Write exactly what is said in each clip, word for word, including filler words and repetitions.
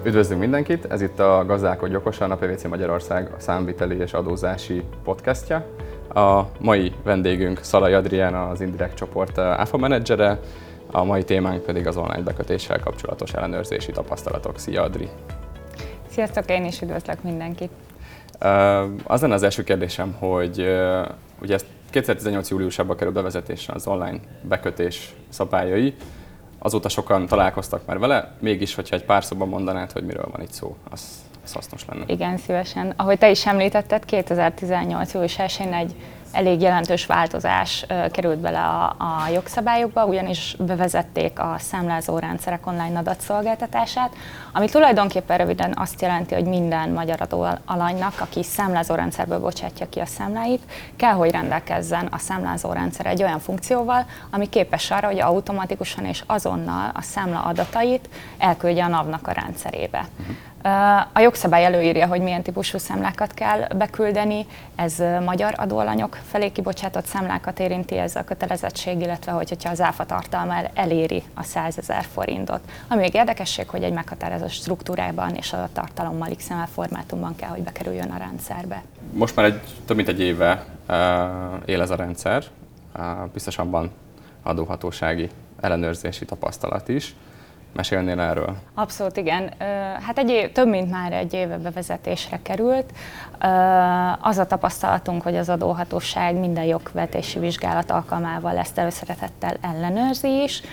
Üdvözlünk mindenkit! Ez itt a Gazdálkodj okosan, a pé vé cé Magyarország számviteli és adózási podcastja. A mai vendégünk Szalai Adrián, az Indirekt csoport áfa menedzsere, a mai témánk pedig az online bekötéssel kapcsolatos ellenőrzési tapasztalatok. Szia, Adri! Sziasztok, én is üdvözlök mindenkit! Az lenne az első kérdésem, hogy ugye ezt kétezer-tizennyolc júliusában kerül bevezetésre az online bekötés szabályai. Azóta sokan találkoztak már vele, mégis, hogyha egy pár szóban mondanád, hogy miről van itt szó, az, az hasznos lenne. Igen, szívesen. Ahogy te is említetted, kétezer-tizennyolc július elsején egy elég jelentős változás került bele a, a jogszabályokba, ugyanis bevezették a számlázó rendszerek online adatszolgáltatását, ami tulajdonképpen röviden azt jelenti, hogy minden magyar adóalanynak, aki számlázó rendszerből bocsátja ki a számláit, kell, hogy rendelkezzen a számlázó rendszer egy olyan funkcióval, ami képes arra, hogy automatikusan és azonnal a számla adatait elküldje a NAV-nak a rendszerébe. Uh-huh. A jogszabály előírja, hogy milyen típusú számlákat kell beküldeni, ez magyar adóalanyok felé kibocsátott számlákat érinti ez a kötelezettség, illetve hogyha az áfa tartalma eléri a százezer forintot. Ami még érdekesség, hogy egy meghatározott struktúrában és a tartalommal iksz em el formátumban kell, hogy bekerüljön a rendszerbe. Most már egy, több mint egy éve uh, él ez a rendszer, uh, biztosan van adóhatósági ellenőrzési tapasztalat is. Mesélnél erről? Abszolút igen. Hát egy év, több mint már egy éve bevezetésre került. Az a tapasztalatunk, hogy az adóhatóság minden jogvetési vizsgálat alkalmával ezt előszeretettel ellenőrzi is.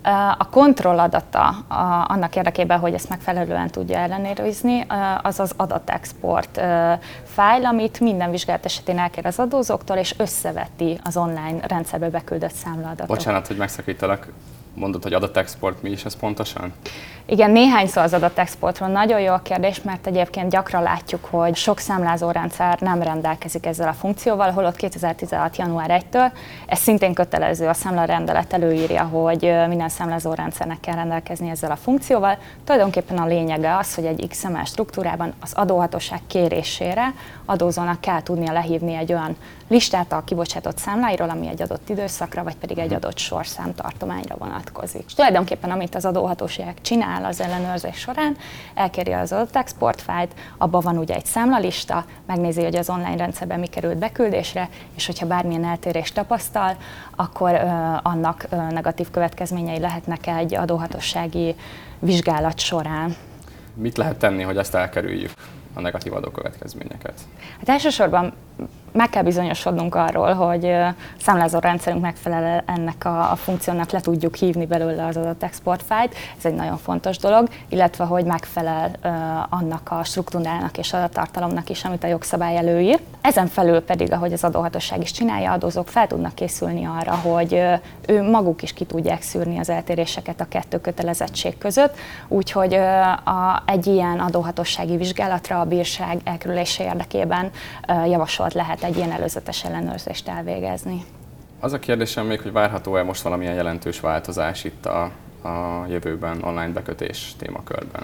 A kontrolladata annak érdekében, hogy ezt megfelelően tudja ellenőrizni, az az adatexport fájl, amit minden vizsgálat esetén elkér az adózóktól, és összeveti az online rendszerbe beküldött számlaadatot. Bocsánat, hogy megszakítalak. Mondod, hogy adatexport, mi is ez pontosan? Igen, néhány szó az adatexportról. Nagyon jó a kérdés, mert egyébként gyakran látjuk, hogy sok számlázórendszer nem rendelkezik ezzel a funkcióval, holott kétezer-tizenhat január elsejétől ez szintén kötelező, a számlarendelet előírja, hogy minden számlázórendszernek kell rendelkezni ezzel a funkcióval. Tulajdonképpen a lényege az, hogy egy iksz em el struktúrában az adóhatóság kérésére adózónak kell tudnia lehívni egy olyan listát a kibocsátott számláiról, ami egy adott időszakra, vagy pedig egy adott sorszámtartományra vonatkozik. És tulajdonképpen amit az adóhatóság csinál az ellenőrzés során, elkéri az adatexport fájlt, abban van ugye egy számlalista, megnézi, hogy az online rendszerben mi került beküldésre, és hogyha bármilyen eltérést tapasztal, akkor ö, annak ö, negatív következményei lehetnek egy adóhatósági vizsgálat során. Mit lehet tenni, hogy ezt elkerüljük, a negatív adókövetkezményeket? Hát elsősorban meg kell bizonyosodnunk arról, hogy a számlázó rendszerünk megfelel ennek a, a funkciónak, le tudjuk hívni belőle az adatexport fájlt, ez egy nagyon fontos dolog, illetve hogy megfelel uh, annak a struktúrának és adattartalomnak is, amit a jogszabály előír. Ezen felül pedig, ahogy az adóhatóság is csinálja, adózók fel tudnak készülni arra, hogy uh, ő maguk is ki tudják szűrni az eltéréseket a kettő kötelezettség között, úgyhogy uh, a, egy ilyen adóhatósági vizsgálatra a bírság elkerülése érdekében uh, javasolt lehet egy ilyen előzetes ellenőrzést elvégezni. Az a kérdésem még, hogy várható-e most valamilyen jelentős változás itt a, a jövőben online bekötés témakörben?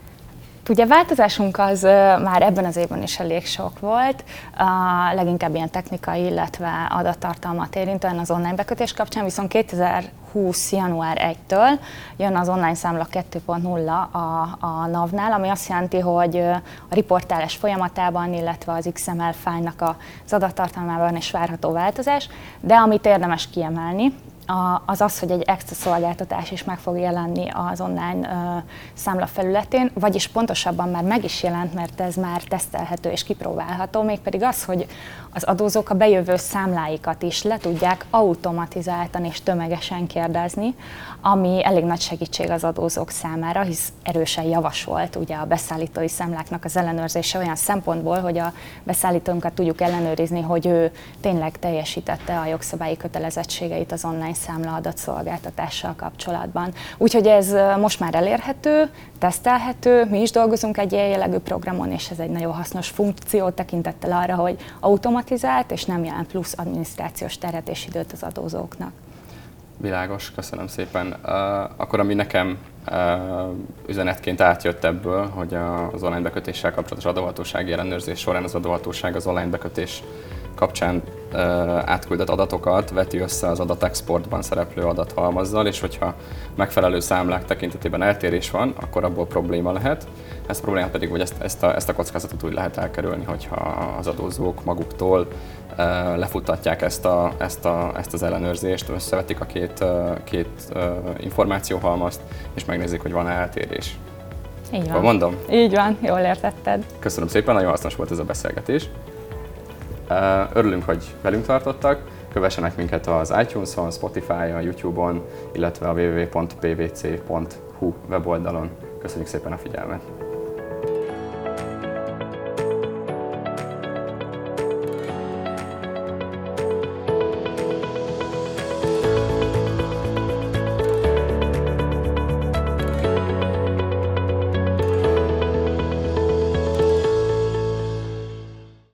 Ugye változásunk az már ebben az évben is elég sok volt, a leginkább ilyen technikai, illetve adattartalmat érintően az online bekötés kapcsán, viszont kétezer-húsz január elsejétől jön az online számla kettő pont nulla a, a NAV-nál, ami azt jelenti, hogy a riportálás folyamatában, illetve az iksz em el fájlnak az adattartalmában is várható változás, de amit érdemes kiemelni, az az, hogy egy extra szolgáltatás is meg fog jelenni az online uh, számla felületén, vagyis pontosabban már meg is jelent, mert ez már tesztelhető és kipróbálható, mégpedig az, hogy az adózók a bejövő számláikat is le tudják automatizáltan és tömegesen kérdezni, ami elég nagy segítség az adózók számára, hisz erősen javasolt ugye a beszállítói számláknak az ellenőrzése olyan szempontból, hogy a beszállítónkat tudjuk ellenőrizni, hogy ő tényleg teljesítette a jogszabályi kötelezettségeit az online számla adatszolgáltatással kapcsolatban. Úgyhogy ez most már elérhető, tesztelhető, mi is dolgozunk egy ilyen jellegű programon, és ez egy nagyon hasznos funkció tekintettel arra, hogy automatizált és nem jelent plusz adminisztrációs terhet és időt az adózóknak. Világos, köszönöm szépen. Uh, akkor ami nekem uh, üzenetként átjött ebből, hogy az online bekötéssel kapcsolatos adóhatósági ellenőrzés során az adóhatóság az online bekötés kapcsán átküldött adatokat veti össze az adatexportban szereplő adathalmazzal, és hogyha megfelelő számlák tekintetében eltérés van, akkor abból probléma lehet. Ez probléma pedig, hogy ezt, ezt, a, ezt a kockázatot úgy lehet elkerülni, hogyha az adózók maguktól lefuttatják ezt, a, ezt, a, ezt az ellenőrzést, összevetik a két, két információhalmazt, és megnézik, hogy van-e eltérés. Így van. Jól mondom? Így van, jól értetted. Köszönöm szépen, nagyon hasznos volt ez a beszélgetés. Örülünk, hogy velünk tartottak. Kövessenek minket az iTunes-on, Spotify-on, YouTube-on, illetve a double-u double-u double-u pont p v c pont h u weboldalon. Köszönjük szépen a figyelmet!